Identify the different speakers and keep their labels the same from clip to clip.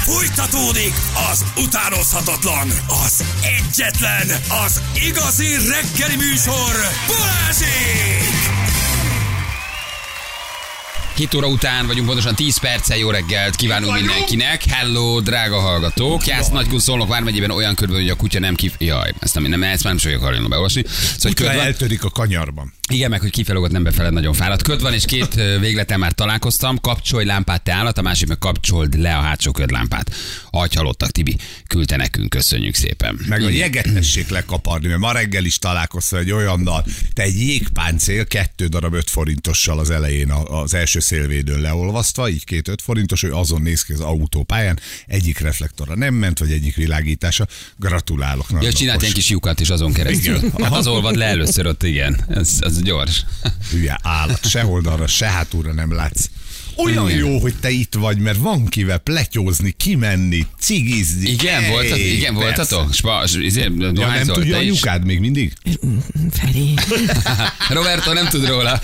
Speaker 1: Fújtatódik az utánozhatatlan, az egyetlen, az igazi reggeli műsor, Balázsék!
Speaker 2: 7 óra után vagyunk, pontosan 10 perccel. Jó reggelt kívánunk mindenkinek. Hello, drága hallgatók. Jász Nagykun Szolnok vármegyében olyan körben, hogy a kutya nem Jaj, ezt már nem sokkal hajlandó beolvasni.
Speaker 3: Szóval kutya eltörik a kanyarban.
Speaker 2: Igen, meg hogy kifelogott nem befeled, nagyon fáradt. Köd van, és két végletel már találkoztam. Kapcsolj lámpát, te állat, a másik meg kapcsold le a hátsó ködlámpát. Agyhalottak, Tibi küldte nekünk, köszönjük szépen.
Speaker 3: Meg a jeget tessék lekaparni, mert ma reggel is találkoztam egy olyannal, te egy jégpáncél 2 darab 5 forintossal az elején az első szélvédőn leolvasztva, így 2 5 forintos, hogy azon néz ki az autópályán, egyik reflektora nem ment, vagy egyik világítása. Gratulálok.
Speaker 2: Ja, csinált egy kis lyukat is azon keresztül. Hát az olvad le először ott, igen. Ez gyors.
Speaker 3: Hülye állat, se oldalra, se hátulra nem látsz. Olyan jó, hogy te itt vagy, mert van kivel pletyózni, kimenni, cigizni.
Speaker 2: Igen, voltatok?
Speaker 3: Nem tudja anyukád még mindig?
Speaker 4: Feri.
Speaker 2: Roberto nem tud róla.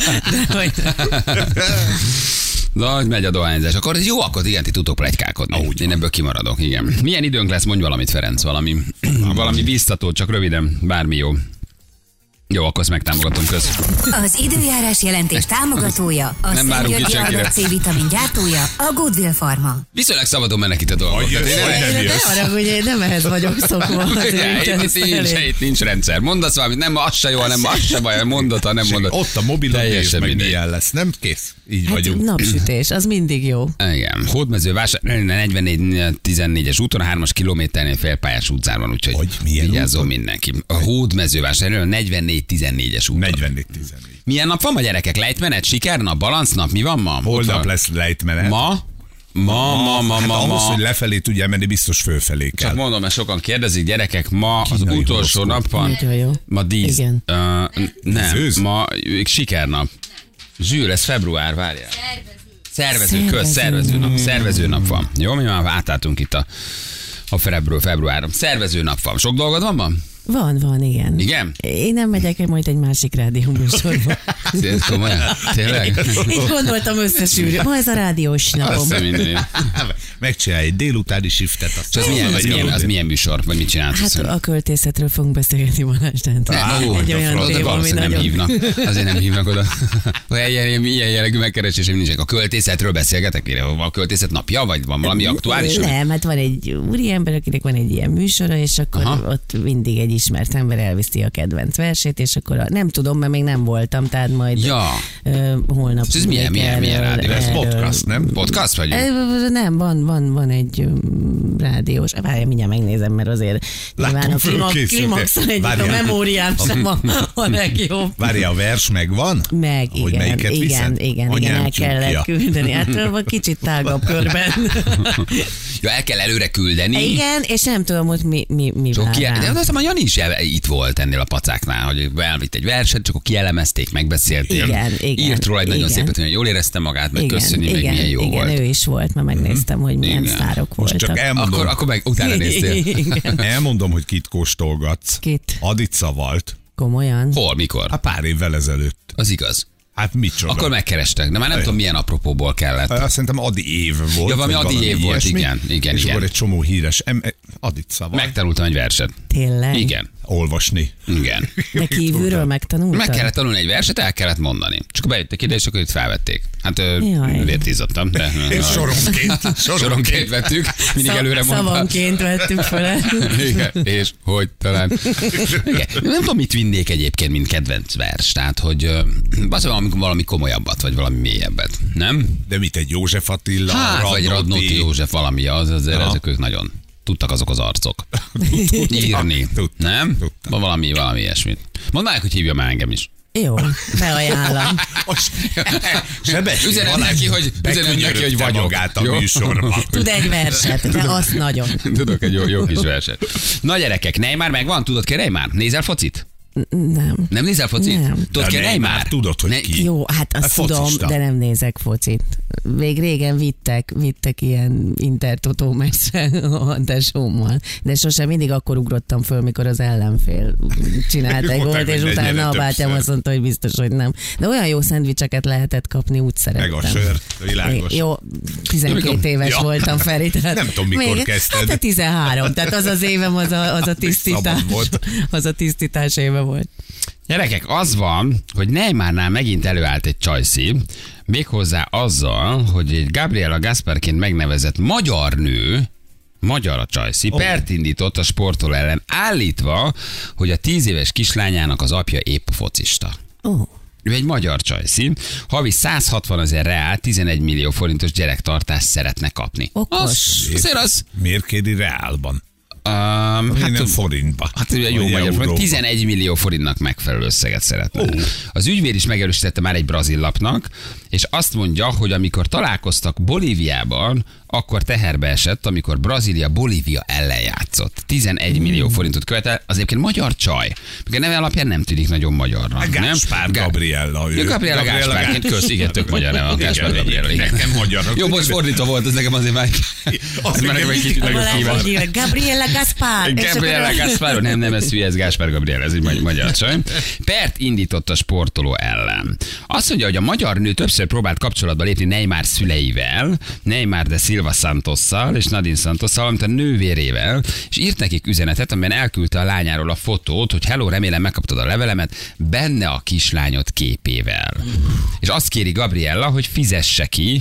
Speaker 2: Nagy megy a dohányzás. Akkor jó, akkor igen, ti tudtok pletykálkodni. Én ebből kimaradok, igen. Milyen időnk lesz, mondj valamit, Ferenc, valami biztató, csak röviden, bármi jó. Jó, akkor ezt megtámogatom,
Speaker 5: Az időjárás jelentés támogatója, a Szentgyörgyi Algat C-vitamin gyártója, a Goodwill Pharma.
Speaker 2: Viszonylag szabadon mennek itt a dolgok.
Speaker 4: Ne arra, hogy én nem ehhez vagyok szokva.
Speaker 2: Itt nincs rendszer. Mondasz valamit, nem az se jó, nem az se baj, mondod, ha nem mondod.
Speaker 3: Ott a mobilon nézd meg milyen lesz, nem? Kész. Így vagyunk.
Speaker 4: Napsütés, az mindig jó.
Speaker 2: Igen. Hódmezővásár 44-14-es úton, a 3-as kilométernél félpályás utcán, úgyhogy vigyázzon mindenki. A Hódmezővásár 44-14-es úton.
Speaker 3: 44-14.
Speaker 2: Milyen nap van ma, gyerekek? Lejtmenet, sikernap, balancnap? Mi van ma?
Speaker 3: Holnap lesz lejtmenet.
Speaker 2: Ma,
Speaker 3: ahhoz, hogy lefelé tudjál menni, biztos fölfelé kell.
Speaker 2: Csak mondom, mert sokan kérdezik, gyerekek, ma az utolsó nap van. Ma dísz.
Speaker 4: Igen.
Speaker 2: Nem, ma sikernap. Zsűr, ez február, várjál. Szervezőnap van. Jó, mi már átálltunk itt a februáron. Szervezőnap van. Sok dolgod van ma?
Speaker 4: Van, igen.
Speaker 2: Igen?
Speaker 4: Én nem megyek majd egy másik rádióműsorba.
Speaker 2: Komolyan? Tényleg?
Speaker 4: Így gondoltam összesűrű. Ma ez a rádiós napom.
Speaker 3: Megcsinálj egy délutáni shiftet.
Speaker 2: Az milyen műsor? Vagy mit csinálsz?
Speaker 4: Hát a költészetről fogunk beszélgetni Balázs. Egy olyan téma, ami
Speaker 2: nem hívnak. Azért nem hívnak oda. Ilyen jellegű megkeresésem nincsenek. A költészetről beszélgetek? Van a költészet napja? Vagy van valami aktuális?
Speaker 4: Nem, hát van egy úriember, akinek van egy ilyen műsora, és akkor ott mindig egy ismert ember elviszi a kedvenc versét, és akkor nem tudom, mert még nem voltam, tehát majd holnap.
Speaker 2: Ez milyen rádió?
Speaker 3: Ez podcast, nem?
Speaker 2: Podcast vagy?
Speaker 4: Nem, van egy rádiós. Várjál, mindjárt megnézem, mert azért nyilván a Klimaxon egyik a memóriám sem a legjobb.
Speaker 3: Várjál, a vers megvan?
Speaker 4: Meg, igen, el kellett küldeni. Hát kicsit tágabb körben.
Speaker 2: Ja, el kell előre küldeni.
Speaker 4: Igen, és nem tudom, hogy mi vár rám.
Speaker 2: De azt mondom, Jani is itt volt ennél a pacáknál, hogy elvitt egy verset, csak akkor kielemezték, megbeszélték.
Speaker 4: Igen.
Speaker 2: Írt róla egy nagyon szépet, hogy jól érezte magát, meg köszönni, meg milyen jó volt.
Speaker 4: Igen, ő is volt, mert megnéztem, hogy milyen sztárok voltak.
Speaker 3: Csak elmondom,
Speaker 2: akkor meg utána néztél.
Speaker 3: Elmondom, hogy kit kóstolgatsz.
Speaker 4: Kit?
Speaker 3: Adit szavalt.
Speaker 4: Komolyan?
Speaker 2: Hol, mikor?
Speaker 3: A pár évvel ezelőtt.
Speaker 2: Az igaz.
Speaker 3: Hát micsoda.
Speaker 2: Akkor megkerestek, de már nem tudom milyen apropóból kellett.
Speaker 3: Azt szerintem Adi év volt.
Speaker 2: Ja, valami Adi év volt, igen.
Speaker 3: És akkor egy csomó híres Adit szavalt.
Speaker 2: Megtanultam egy verset.
Speaker 4: Tényleg?
Speaker 2: Igen.
Speaker 3: Olvasni.
Speaker 2: Igen.
Speaker 4: De kívülről megtanultad?
Speaker 2: Meg kellett tanulni egy verset, el kellett mondani. Csak bejöttek ide, és akkor itt felvették. Hát vértízottam, de... Soronként vettük. Mindig előre mondta.
Speaker 4: Szavanként vettük fel.
Speaker 2: Igen. És hogy talán... Igen. Nem tudom, mit vinnék egyébként, mint kedvenc vers. Tehát, hogy valami komolyabbat, vagy valami mélyebbet. Nem?
Speaker 3: De mit, egy József Attila?
Speaker 2: Hát, vagy Radnóti József, valami azért ezek ők nagyon... Tudtak azok az arcok. Írni. Nem? Valami ilyesmit. Mondd meg, hogy hívja már engem is.
Speaker 4: Jó, beajánlom.
Speaker 2: Üzenem neki, hogy vagyok.
Speaker 3: Magát a műsorban.
Speaker 4: Tud egy verset, de azt nagyon.
Speaker 2: Tudok egy jó kis verset. Na gyerekek, Neymar megvan? Tudod ki Neymar? Nézel focit?
Speaker 4: Nem.
Speaker 2: Nem nézel focit?
Speaker 4: Nem.
Speaker 2: Tudod ki a Neymar?
Speaker 3: Tudod, hogy ki.
Speaker 4: Jó, hát azt tudom, de nem nézek focit. Még régen vittek ilyen intertotó meccsre a tesómmal, de sosem mindig akkor ugrottam föl, mikor az ellenfél csinált egy gólt, és utána a bátyám azt mondta, hogy biztos, hogy nem. De olyan jó szendvicseket lehetett kapni, úgy szerettem.
Speaker 3: Meg a sör, világos.
Speaker 4: Jó, 12 éves voltam, Feri.
Speaker 3: Nem tudom, mikor kezdted.
Speaker 4: Hát 13, tehát az évem az a tisztítás. Az a tisztítás éve volt.
Speaker 2: Gyerekek, az van, hogy Neymarnál megint előállt egy csajszi, méghozzá azzal, hogy egy Gabriela Gasparként megnevezett magyar nő, magyar a csajszi, pert indított a sportoló ellen, állítva, hogy a 10 éves kislányának az apja épp focista. Ő egy magyar csajszi, havi 160 000 reál, 11 millió forintos gyerektartást szeretne kapni.
Speaker 4: Okos.
Speaker 2: Az.
Speaker 3: Miért kéri reálban?
Speaker 2: Hát
Speaker 3: nem forintba.
Speaker 2: Hát jó magyar forint, 11 millió forintnak megfelelő összeget szeretne. Az ügyvéd is megerősítette már egy brazil lapnak, és azt mondja, hogy amikor találkoztak Bolíviában, akkor teherbe esett, amikor Brazília Bolívia ellen játszott. 11 millió forintot követel, az egyébként magyar csaj. Mert a neve alapján nem tűnik nagyon magyarnak.
Speaker 3: Gáspár Gabriella.
Speaker 2: Gabriella Gáspárként kösz, igen, tök magyar neve a Gáspár Gabriella.
Speaker 3: Nekem magyarnak.
Speaker 2: Jó, most fordítva volt, ez nekem azért már egy kicsit nagyobb kívás.
Speaker 4: Gabriella Gaspár.
Speaker 2: Gabriella Gaspár, nem, ez hülye, ez Gáspár Gabriella, ez egy magyar csaj. Pert indított a sportoló ellen. Azt mondja, hogy a magyar nő többször próbált kapcsolatba lépni Neymar szüleivel, Neymar de Silva Santosszal és Nadine Santosszal, valamint a nővérével, és írt nekik üzenetet, amiben elküldte a lányáról a fotót, hogy hello, remélem megkaptad a levelemet, benne a kislányod képével. És azt kéri Gabriella, hogy fizesse ki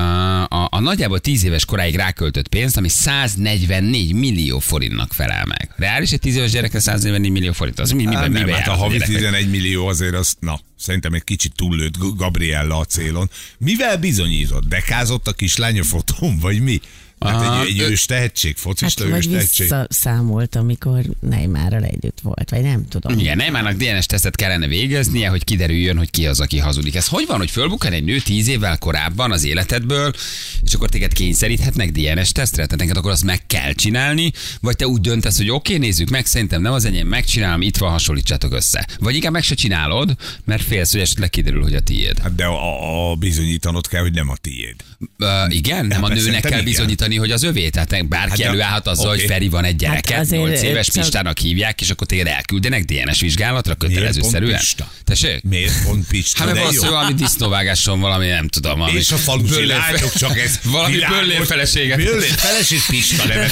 Speaker 2: a nagyjából 10 éves koráig ráköltött pénzt, ami 144 millió forintnak felel meg. Reális egy 10 éves gyerekre 144 millió forint? Az miben
Speaker 3: hát a havi 11 millió azért az, szerintem egy kicsit túllőtt Gabriella a célon. Mivel bizonyított? Dekázott a kislány a fotón, vagy mi? Hát egy ős tehetség, focista ős tehetség.
Speaker 4: Vagy visszaszámolt, amikor Neymarral együtt volt, vagy nem tudom.
Speaker 2: Igen, Neymarnak DNS tesztet kellene végeznie, hogy kiderüljön, hogy ki az, aki hazudik. Ez hogy van, hogy fölbukkan egy nő 10 évvel korábban az életedből, és akkor téged kényszeríthetnek DNS tesztre? Tehát neked akkor azt meg kell csinálni, vagy te úgy döntesz, hogy oké, nézzük meg, szerintem nem az enyém, megcsinálom, itt van, hasonlítsátok össze. Vagy inkább meg se csinálod, mert félsz, hogy esetleg kiderül, hogy a tiéd.
Speaker 3: Hát de a bizonyítanod kell, hogy nem a tiéd.
Speaker 2: Igen, nem a nőnek kell bizonyítani, hogy az övé, tehát bárki előállhat azzal, hogy Feri van egy gyereke, hát 8 éves Pistának hívják, és akkor téged elküldenek DNS vizsgálatra kötelezőszerűen.
Speaker 3: Tessék? Miért pont Pista?
Speaker 2: Hát mert valószínűleg valami disznóvágáson, valami nem tudom. Valami
Speaker 3: és a falusi lányok csak ez
Speaker 2: valami bőllér feleséget.
Speaker 3: Bőllér feleség Pista nevet.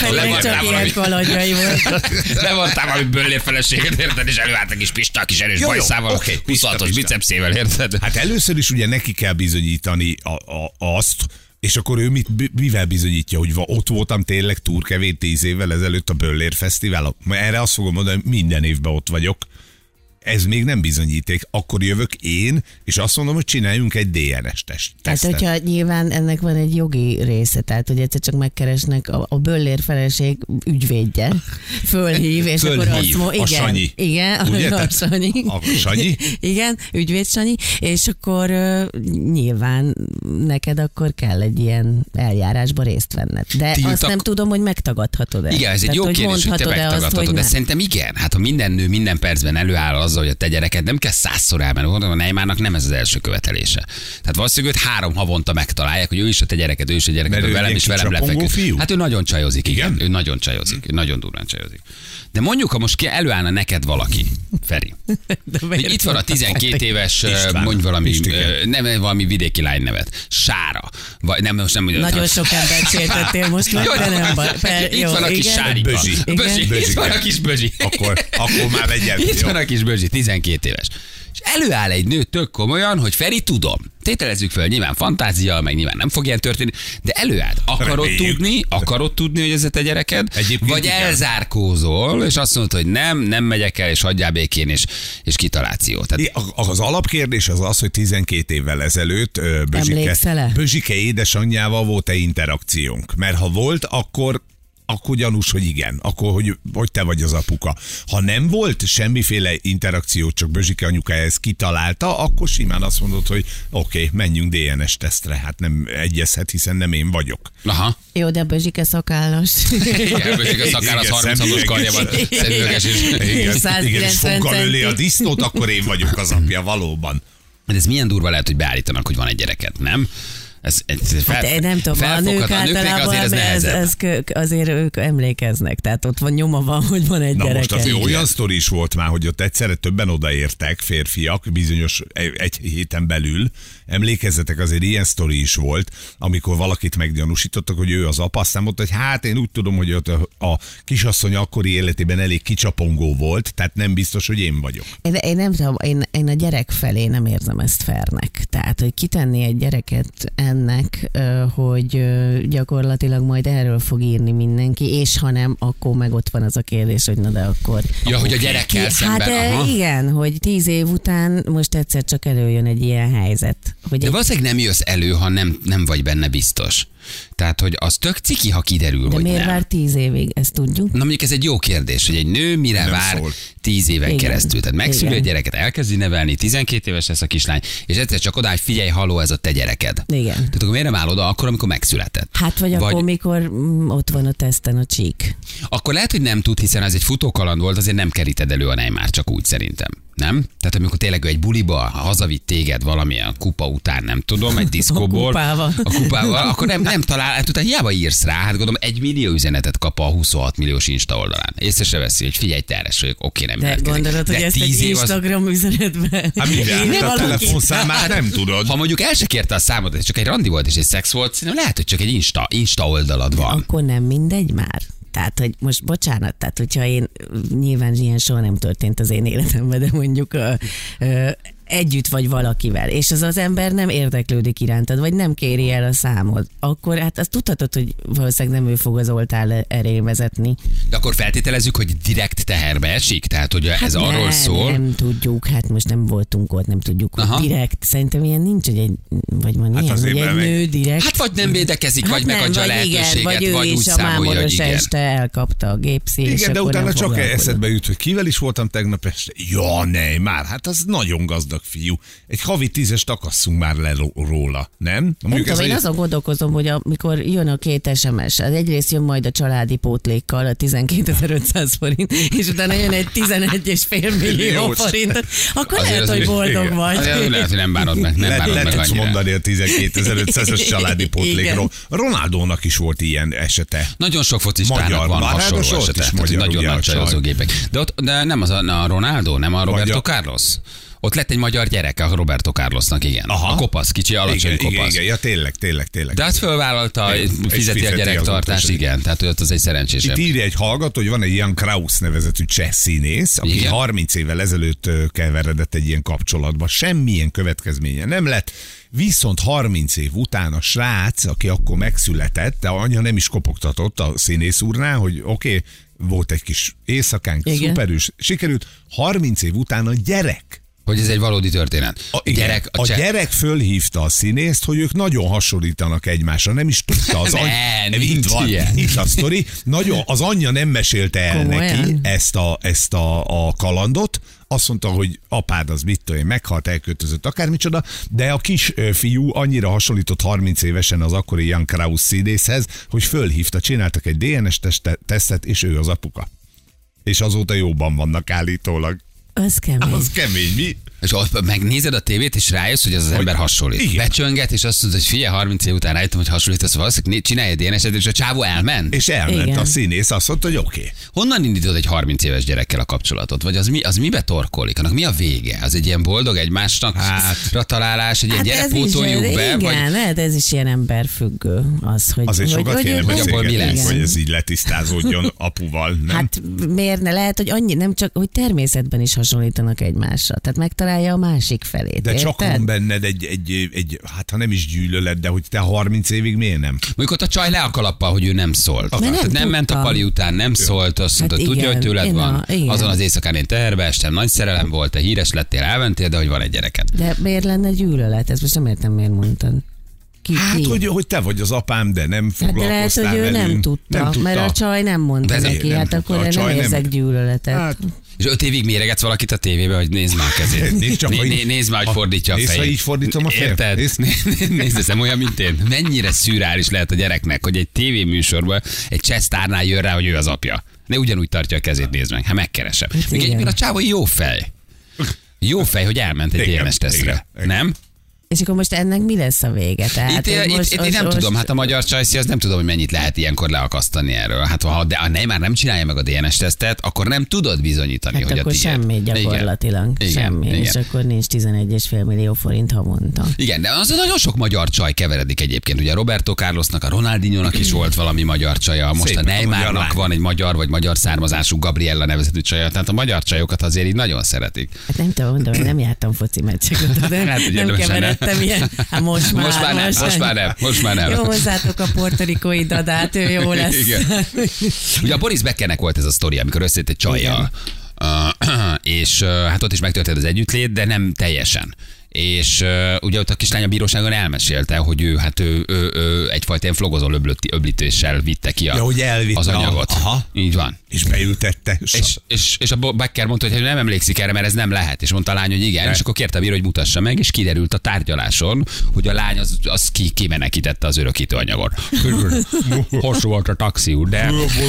Speaker 2: Levartál valami bőllér feleséget, érted, és előálltak is Pista, a kis erős bajszával, 26-os bicepszével, érted?
Speaker 3: Hát először is ugye neki kell bizonyítani azt, és akkor ő mivel bizonyítja, hogy ott voltam tényleg túrkevén 10 évvel ezelőtt a Böllér Fesztiválon? Erre azt fogom mondani, hogy minden évben ott vagyok. Ez még nem bizonyíték. Akkor jövök én, és azt mondom, hogy csináljunk egy DNS tesztet.
Speaker 4: Tehát, hogyha nyilván ennek van egy jogi része, tehát, hogy egyszer csak megkeresnek a Böllér feleség ügyvédje, fölhív, és akkor azt mondja,
Speaker 3: a Sanyi.
Speaker 4: Igen, a Sanyi.
Speaker 3: A Sanyi?
Speaker 4: Igen, ügyvéd Sanyi, és akkor nyilván neked akkor kell egy ilyen eljárásba részt venned. De azt nem tudom, hogy megtagadhatod-e.
Speaker 2: Igen, ez egy jó kérdés, hogy te megtagadhatod, de szerintem igen. Hát ha minden nő minden percben előáll azzal, hogy a te gyereked nem kell 100-szor elmenni, a Neymarnak nem ez az első követelése. Tehát valószínűleg őt 3 havonta megtalálják, hogy ő is a te gyereked, ő is a gyereked, velem is velem lefeküdt. Hát ő nagyon csajozik, igen. Ő nagyon csajozik, ő nagyon durván csajozik. De mondjuk, ha most előállna neked valaki, Feri, hogy itt van a 12 éves, mondj valami, nem valami vidéki lány nevet, Sára, vagy nem, most nem mondja.
Speaker 4: Nagyon sok embert sértettél most, de nem baj.
Speaker 2: Itt van a kis Sárika. Bözsi. Itt van a kis Bözsi.
Speaker 3: Akkor már legyen.
Speaker 2: Itt van a kis Bözsi, 12 éves. És előáll egy nő tök komolyan, hogy Feri, tudom. Tételezzük föl, nyilván fantázia, meg nyilván nem fog ilyen történni, de előállt. Akarod tudni, hogy ez a te gyereked? Egyébként vagy igen. Elzárkózol, és azt mondod, hogy nem megyek el, és hagyjál békén, és kitaláció. Tehát...
Speaker 3: Az alapkérdés az, hogy 12 évvel ezelőtt Bözsike édesanyjával volt-e interakciónk? Mert ha volt, akkor akkor gyanús, hogy igen. Akkor, hogy te vagy az apuka. Ha nem volt semmiféle interakció, csak Bözsike anyukája ezt kitalálta, akkor simán azt mondod, hogy oké, menjünk DNS tesztre. Hát nem egyezhet, hiszen nem én vagyok.
Speaker 2: Aha.
Speaker 4: Jó, de Bözsike szakállas.
Speaker 2: Igen, Bözsike szakállas 36-os karjában. Szemüveges is.
Speaker 3: Igen, és foggal öli a disznót, akkor én vagyok az apja, valóban.
Speaker 2: De ez milyen durva lehet, hogy beállítanak, hogy van egy gyereket, nem?
Speaker 4: Nem tudom, a nők általában azért ők emlékeznek, tehát ott van nyoma van, hogy van egy gyerek.
Speaker 3: Most az olyan sztori is volt már, hogy ott egyszerre többen odaértek, férfiak, bizonyos egy héten belül. Emlékezzetek, azért ilyen sztori is volt, amikor valakit meggyanúsítottak, hogy ő az apa, aztán mondta, hogy hát én úgy tudom, hogy ott a kisasszony akkori életében elég kicsapongó volt, tehát nem biztos, hogy én vagyok.
Speaker 4: Én nem tudom, én a gyerek felé nem érzem ezt fairnek. Tehát, hogy kitenni egy gyereket ennek, hogy gyakorlatilag majd erről fog írni mindenki, és ha nem, akkor meg ott van az a kérdés, hogy na de akkor...
Speaker 2: Ja, hogy a gyerekkel szemben.
Speaker 4: Hát igen, hogy 10 év után most egyszer csak előjön egy ilyen helyzet.
Speaker 2: De valószínűleg nem jössz elő, ha nem vagy benne biztos. Tehát, hogy az tök ciki, ha kiderül,
Speaker 4: de
Speaker 2: hogy
Speaker 4: miért
Speaker 2: nem.
Speaker 4: vár 10 évig, ezt tudjuk?
Speaker 2: Na mondjuk ez egy jó kérdés, hogy egy nő mire
Speaker 3: Nem
Speaker 2: vár
Speaker 3: szól.
Speaker 2: 10 éven
Speaker 4: Igen.
Speaker 2: keresztül. Tehát megszülő a
Speaker 4: Igen.
Speaker 2: gyereket, elkezdi nevelni, 12 éves lesz a kislány, és egyszer csak odáll, hogy figyelj, halló, ez a te gyereked.
Speaker 4: Igen.
Speaker 2: Tehát akkor miért nem áll oda akkor, amikor megszületett?
Speaker 4: Hát vagy akkor, mikor ott van a teszten a csík.
Speaker 2: Akkor lehet, hogy nem tud, hiszen ez egy futókaland volt, azért nem keríted elő a Neymar, csak úgy szerintem. Nem? Tehát amikor tényleg ő egy buliba hazavitt téged valamilyen kupa után, nem tudom, egy diszkóból.
Speaker 4: A
Speaker 2: kupával, akkor nem talál, hát utána hiába írsz rá, hát gondolom 1 millió üzenetet kap a 26 milliós Insta oldalán. Észre se veszi, hogy figyelj, teres vagyok, oké, nem
Speaker 4: De
Speaker 2: jelentkezik.
Speaker 4: gondolod, hogy ezt egy Instagram üzenetben
Speaker 3: Hát minden, a telefonszámát nem tudod.
Speaker 2: Ha mondjuk el se kérte a számot, ez csak egy randi volt és egy szex volt, szerintem lehet, hogy csak egy Insta oldalad van.
Speaker 4: Akkor nem mindegy már. Tehát, hogy most bocsánat, tehát hogyha én, nyilván ilyen soha nem történt az én életemben, de mondjuk együtt vagy valakivel, és az ember nem érdeklődik irántad, vagy nem kéri el a számot, akkor hát azt tudhatod, hogy valószínűleg nem ő fog az oltár eré vezetni.
Speaker 2: De akkor feltételezzük, hogy direkt teherbe esik? Tehát, hogy ez arról szól.
Speaker 4: Nem tudjuk, hát most nem voltunk ott, nem tudjuk,
Speaker 2: Aha.
Speaker 4: hogy direkt. Szerintem ilyen nincs, hogy vagy van
Speaker 3: Hát
Speaker 4: ilyen, hogy egy nő direkt.
Speaker 2: Hát vagy nem védekezik, vagy
Speaker 4: nem,
Speaker 2: megadja a lehetőséget,
Speaker 4: vagy ő
Speaker 2: vagy úgy
Speaker 4: is a
Speaker 2: számolja, hogy
Speaker 4: mámoros
Speaker 2: igen.
Speaker 4: este elkapta a gépszi, és
Speaker 3: Igen, de
Speaker 4: akkor
Speaker 3: utána
Speaker 4: nem
Speaker 3: csak
Speaker 4: foglalkozott.
Speaker 3: eszedbe jut, hogy kivel is voltam tegnap este. Ja, már, hát az nagyon gazdag fiú. Egy havi 10-est akasszunk már le róla, nem?
Speaker 4: Nem tudom, én azon gondolkozom, hogy amikor jön a 2 SMS, az egyrészt jön majd a családi pótlékkal a 12.500 forint, és utána jön egy 11,5 millió forint, akkor
Speaker 2: Azért
Speaker 4: lehet,
Speaker 2: az
Speaker 4: hogy boldog
Speaker 3: igen.
Speaker 4: vagy.
Speaker 2: Azért lehet, hogy nem bánod meg,
Speaker 3: Le tudsz
Speaker 2: annyira.
Speaker 3: mondani a 12.500-as családi pótlékról. Ronaldónak is volt ilyen esete.
Speaker 2: Nagyon sok focistának
Speaker 3: Magyar,
Speaker 2: van
Speaker 3: bár
Speaker 2: hasonló
Speaker 3: hát ott
Speaker 2: esete.
Speaker 3: is
Speaker 2: Tehát, hogy
Speaker 3: magyar,
Speaker 2: nagyon
Speaker 3: ugye,
Speaker 2: nagy
Speaker 3: a csaj.
Speaker 2: csajozógépek. De nem az a Ronaldo, nem a Roberto
Speaker 3: Magyar.
Speaker 2: Carlos? Ott lett egy magyar gyerek a Roberto Carlosnak, igen.
Speaker 3: Aha.
Speaker 2: A kopasz, kicsi, alacsony kopasz.
Speaker 3: Igen, ja, tényleg.
Speaker 2: De azt fölvállalta,
Speaker 3: És
Speaker 2: fizeti a gyerektartást,
Speaker 3: az
Speaker 2: igen. Tehát ott az egy szerencsésebb.
Speaker 3: Itt írja egy hallgató, hogy van egy Jan Kraus nevezetű cseh színész, aki
Speaker 2: Igen.
Speaker 3: 30 évvel ezelőtt keveredett egy ilyen kapcsolatba. Semmilyen következménye nem lett. Viszont 30 év után a srác, aki akkor megszületett, de anya nem is kopogtatott a színész úrnál, hogy oké, volt egy kis éjszakánk,
Speaker 4: Igen.
Speaker 3: szuperűs, sikerült. 30 év után a gyerek.
Speaker 2: Hogy ez egy valódi történet.
Speaker 3: Igen, a
Speaker 2: cseh-
Speaker 3: gyerek fölhívta a színészt, hogy ők nagyon hasonlítanak egymásra, nem is tudta az
Speaker 2: Nem, nincs ilyen.
Speaker 3: Itt a sztori. Nagyon, az anyja nem mesélte el
Speaker 4: Komolyan?
Speaker 3: neki ezt a kalandot, azt mondta, hogy apád az mit tudom én, meghalt, elköltözött, akármicsoda, de a kis fiú annyira hasonlított 30 évesen az akkori Jan Kraus színészhez, hogy fölhívta, csináltak egy DNS tesztet, és ő az apuka. És azóta jóban vannak állítólag.
Speaker 4: Az kemény.
Speaker 3: Az kemény, mi?
Speaker 2: És ott megnézed a tévét, és rájössz, hogy az ember hasonlít.
Speaker 3: Igen.
Speaker 2: Becsönget, és azt mondod, hogy figyelj, 30 év után rájöttem, hogy hasonlítasz, valószínűleg csinálj egy DNS-et, és a csávó elment.
Speaker 3: És elment
Speaker 4: Igen.
Speaker 3: a színész, azt mondta, hogy oké.
Speaker 2: Honnan indítod egy 30 éves gyerekkel a kapcsolatot? Vagy az mibe torkolik? Annak mi a vége? Az egy ilyen boldog egymásnak találás, egy ilyen gyerek
Speaker 4: ez is,
Speaker 2: pótoljuk be?
Speaker 4: igen,
Speaker 2: Vagy...
Speaker 4: hát ez is ilyen emberfüggő.
Speaker 3: Azért sokat kéne
Speaker 2: abból mi lesz?
Speaker 3: beszélgetni, hogy ez így letisztázódjon apuval, nem?
Speaker 4: Hát miért ne? Lehet, hogy annyi, nem csak, hogy természetben is hasonlítanak egymásra. Tehát megtalálja a másik felét.
Speaker 3: De
Speaker 4: érted?
Speaker 3: csak van benned egy, hát ha nem is gyűlölet, de hogy te 30 évig miért nem?
Speaker 2: Mondjuk ott a csaj le a kalappal, hogy ő nem szólt.
Speaker 4: Mert nem
Speaker 2: Tehát nem ment a
Speaker 4: tudtam.
Speaker 2: pali után, nem szólt, azt mondta,
Speaker 4: Hát
Speaker 2: tudja,
Speaker 4: igen,
Speaker 2: hogy tőled
Speaker 4: én
Speaker 2: van.
Speaker 4: igen.
Speaker 2: Azon az éjszakán én teherbe estem, nagy szerelem volt, te híres lettél, elmentél, de hogy van egy gyereked.
Speaker 4: De miért lenne gyűlölet? Ezt most nem értem, miért mondtad.
Speaker 3: Hát, hogy te vagy az apám, de nem foglalkoztál
Speaker 4: hát de lehet, hogy ő
Speaker 3: velünk.
Speaker 4: nem tudta, mert a csaj nem mondta neki, hát akkor nem érzek gyűlöletet. Hát,
Speaker 2: és 5 évig méregetsz valakit a tévébe, hogy nézd már a kezét. Nézd már, hogy fordítja a fejét.
Speaker 3: Nézd, így fordítom a fejét.
Speaker 2: Érted? Nézd, ez olyan, mint én. Mennyire szürreális lehet a gyereknek, hogy egy tévéműsorban egy cseh sztárnál jön rá, hogy ő az apja. Ne ugyanúgy tartja a kezét, nézd meg. Hát megkeresem. Még egyébként a csávó jó fej. Jó fej, hogy elment egy DNS tesztre. Nem?
Speaker 4: És akkor most ennek mi lesz a vége? Tehát,
Speaker 2: itt nem tudom, hát a magyar csajszi, az nem tudom, hogy mennyit lehet ilyenkor leakasztani erről. Hát ha a Neymar nem csinálja meg a DNS tesztet, akkor nem tudod bizonyítani,
Speaker 4: hát
Speaker 2: hogy
Speaker 4: akkor
Speaker 2: a tiéd.
Speaker 4: Semmi gyakorlatilag.
Speaker 2: Igen.
Speaker 4: Semmi.
Speaker 2: Igen.
Speaker 4: És akkor nincs 11,5 millió forint havonta.
Speaker 2: Igen, de az nagyon sok magyar csaj keveredik egyébként. Ugye Roberto Carlosnak, a Ronaldinhonak is volt valami magyar csaja, most a Neymarnak van egy magyar vagy magyar származású Gabriella nevezetű csaja, tehát a magyar csajokat azért így nagyon szeretik.
Speaker 4: Hát nem tudom, mondom, hogy nem jártam foci meccseket, de nem keveredtem ilyen. Hát most már nem. Jó, hozzátok a portorikói dadát, ő jó lesz.
Speaker 2: Igen. Ugye a Boris Beckernek volt ez a sztori, amikor összejött egy csajjal, és hát ott is megtörtént az együttlét, de nem teljesen. És ugye ott a kislány a bíróságon elmesélte, hogy ő egyfajta ilyen flogozó öblítéssel vitte ki az anyagot.
Speaker 3: Aha.
Speaker 2: Így van.
Speaker 3: És beültette.
Speaker 2: És a Becker mondta, hogy nem emlékszik erre, mert ez nem lehet. És mondta a lány, hogy igen, és akkor kérte a bíró, hogy mutassa meg, és kiderült a tárgyaláson, hogy a lány az kimenekítette az örökítő anyagot. Hosszú volt a taxiút, de...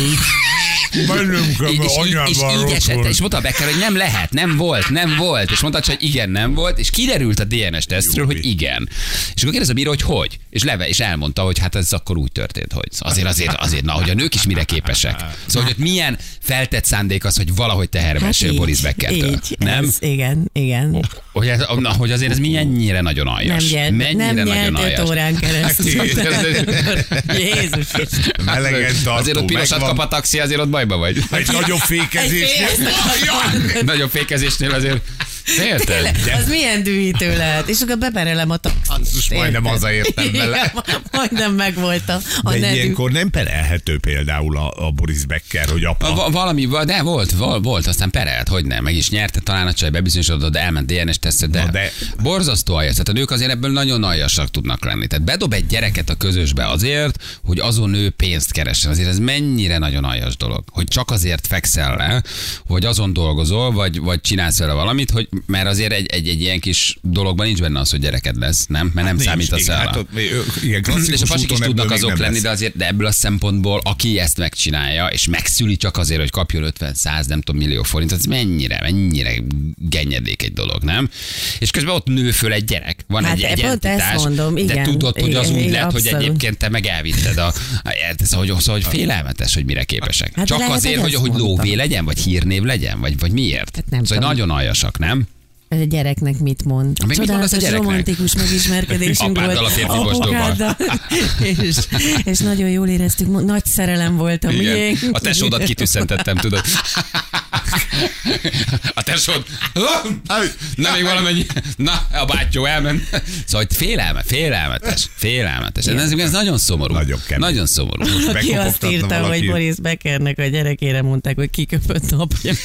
Speaker 2: így esett, és mondta a Becker, hogy nem lehet, nem volt. És mondta, hogy igen, nem volt, és kiderült a DNS tesztről, hogy igen. És akkor kérdez a bíró, hogy és elmondta, hogy hát ez akkor úgy történt, hogy azért, hogy a nők is mire képesek. Szóval, hogy milyen feltett szándék az, hogy valahogy tehermessél hát Boris Beckertől. Nem?
Speaker 4: Igen.
Speaker 2: Hogy azért ez mennyire nagyon aljas.
Speaker 4: Nem nyert 5 órán keresztül. Jézus Isten.
Speaker 2: Azért ott pirosat kap a taxi, azért ott bajba vagy.
Speaker 3: Egy nagyobb fékezésnél.
Speaker 2: Nagyobb fékezésnél azért. Érted?
Speaker 4: Az milyen dühítő lehet. És akkor beperelem a taxit.
Speaker 3: Most majdnem hazaértem vele.
Speaker 4: Majdnem megvolt a
Speaker 3: de
Speaker 4: nevű.
Speaker 3: Ilyenkor nem perelhető például a Boris Becker, hogy apa.
Speaker 2: Valami, de volt, aztán perelt, hogy nem. Meg is nyerte talán a csaj, bebizonyosodott, de elment DNS tesztet, de borzasztó aljas. Tehát a nők azért ebből nagyon aljasak tudnak lenni. Tehát bedob egy gyereket a közösbe azért, hogy azon nő pénzt keressen. Azért ez mennyire nagyon aljas dolog. Hogy csak azért fekszel le, hogy azon dolgozol, vagy csinálsz vele valamit, hogy mert azért egy ilyen kis dologban nincs benne az, hogy gyereked lesz, nem? Mert nem számítasz el.
Speaker 3: Hát,
Speaker 2: és a pasik is tudnak azok lenni, de ebből a szempontból, aki ezt megcsinálja, és megszüli csak azért, hogy kapjon 50-100, nem tudom, millió forintot, ez mennyire gennyedék egy dolog, nem? És közben ott nő föl egy gyerek, van egy entitás, de tudod, hogy az úgy lett, hogy egyébként te meg elvitted hogy félelmetes, hogy mire képesek.
Speaker 4: Hát
Speaker 2: csak
Speaker 4: lehet,
Speaker 2: azért, hogy lóvé legyen, vagy hírnév legyen, vagy miért?
Speaker 4: Hát
Speaker 2: szóval nagyon aljasak, nem?
Speaker 4: Ez a gyereknek mit mond? Csodálatos romantikus megismerkedésünk volt.
Speaker 2: Apáddal a férfi mosdóban.
Speaker 4: És nagyon jól éreztük, nagy szerelem volt a miénk.
Speaker 2: A tesódat kitűszentettem, tudod. A tesód. Na, még valamennyi. Na, a bátyó elment. Szóval félelmetes. Ez nagyon szomorú. Nagyon szomorú.
Speaker 4: Aki azt írta, hogy Boris Beckernek a gyerekére mondták, hogy kiköpött apja.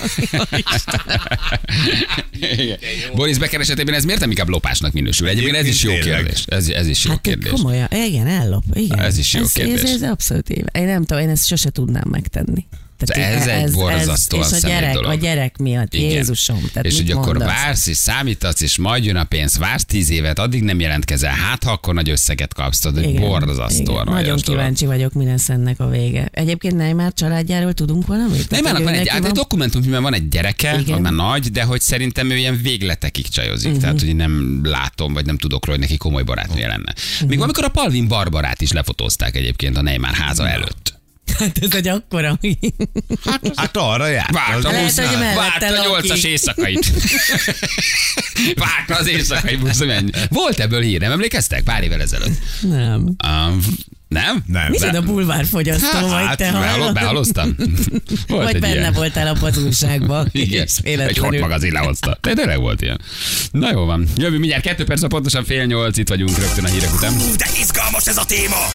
Speaker 2: Boris Becker esetében ez miért nem inkább lopásnak minősül? Egyébként ez is jó kérdés. Ez is jó kérdés.
Speaker 4: Komolyan, igen, ellop. Igen.
Speaker 2: Ez is jó kérdés.
Speaker 4: Ez abszolút éve. Én nem tudom, én ezt sose tudnám megtenni.
Speaker 2: Ez egy borzasztóan személy dolog.
Speaker 4: A gyerek miatt, igen. Jézusom.
Speaker 2: És hogy akkor vársz, és számítasz, és majd jön a pénz, vársz 10 évet, addig nem jelentkezel, hát ha akkor nagy összeget kapsz, hogy borzasztóan.
Speaker 4: Nagyon kíváncsi vagyok, mi lesz ennek a vége. Egyébként Neymar családjáról tudunk valamit?
Speaker 2: Neymarnak van egy dokumentumfilmben van egy gyereke, már nagy, de hogy szerintem ő ilyen végletekig csajozik. Tehát, hogy nem látom, vagy nem tudok róla, hogy neki komoly barátnője lenne. Még valamikor a Palvin Barbarát is lefotózták egyébként a Neymar háza előtt.
Speaker 4: Hát ez egy akkora.
Speaker 3: Hát arra jár.
Speaker 2: Várta a 8-as éjszakait. Várta az éjszakai busz, menj. Volt ebből hír, nem emlékeztek? Pár évvel ezelőtt.
Speaker 4: Nem.
Speaker 2: Nem?
Speaker 4: Micsoda bulvárfogyasztó vagy te, hallod?
Speaker 2: Behaloztam.
Speaker 4: Vagy benne ilyen. Voltál a pazúságban.
Speaker 2: Igen, egy hot magazin lehozta. Tényleg volt ilyen. Na jó van. Jövő mindjárt 2 perc, pontosan 7:30, itt vagyunk rögtön a hírek után.
Speaker 1: De izgalmas ez a téma!